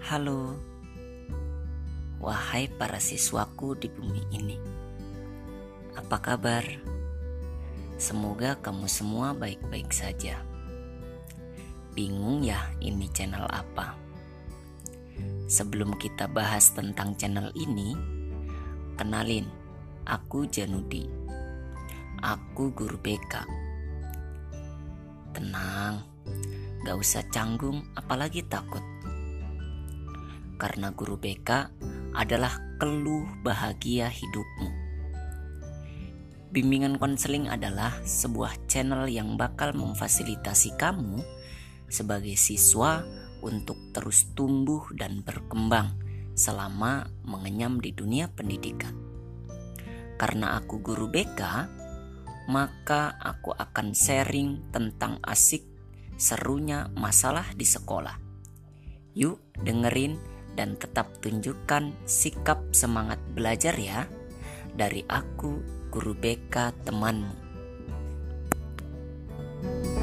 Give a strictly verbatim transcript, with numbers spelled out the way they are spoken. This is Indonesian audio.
Halo, wahai para siswaku di bumi ini. Apa kabar? Semoga kamu semua baik-baik saja. Bingung ya ini channel apa? Sebelum kita bahas tentang channel ini, kenalin, aku Janudi. Aku guru B K. Tenang, gak usah canggung apalagi takut. Karena guru B K adalah keluh bahagia hidupmu. Bimbingan konseling adalah sebuah channel yang bakal memfasilitasi kamu sebagai siswa untuk terus tumbuh dan berkembang selama mengenyam di dunia pendidikan. Karena aku guru B K, maka aku akan sharing tentang asik serunya masalah di sekolah. Yuk dengerin dan tetap tunjukkan sikap semangat belajar ya, dari aku, guru B K temanmu.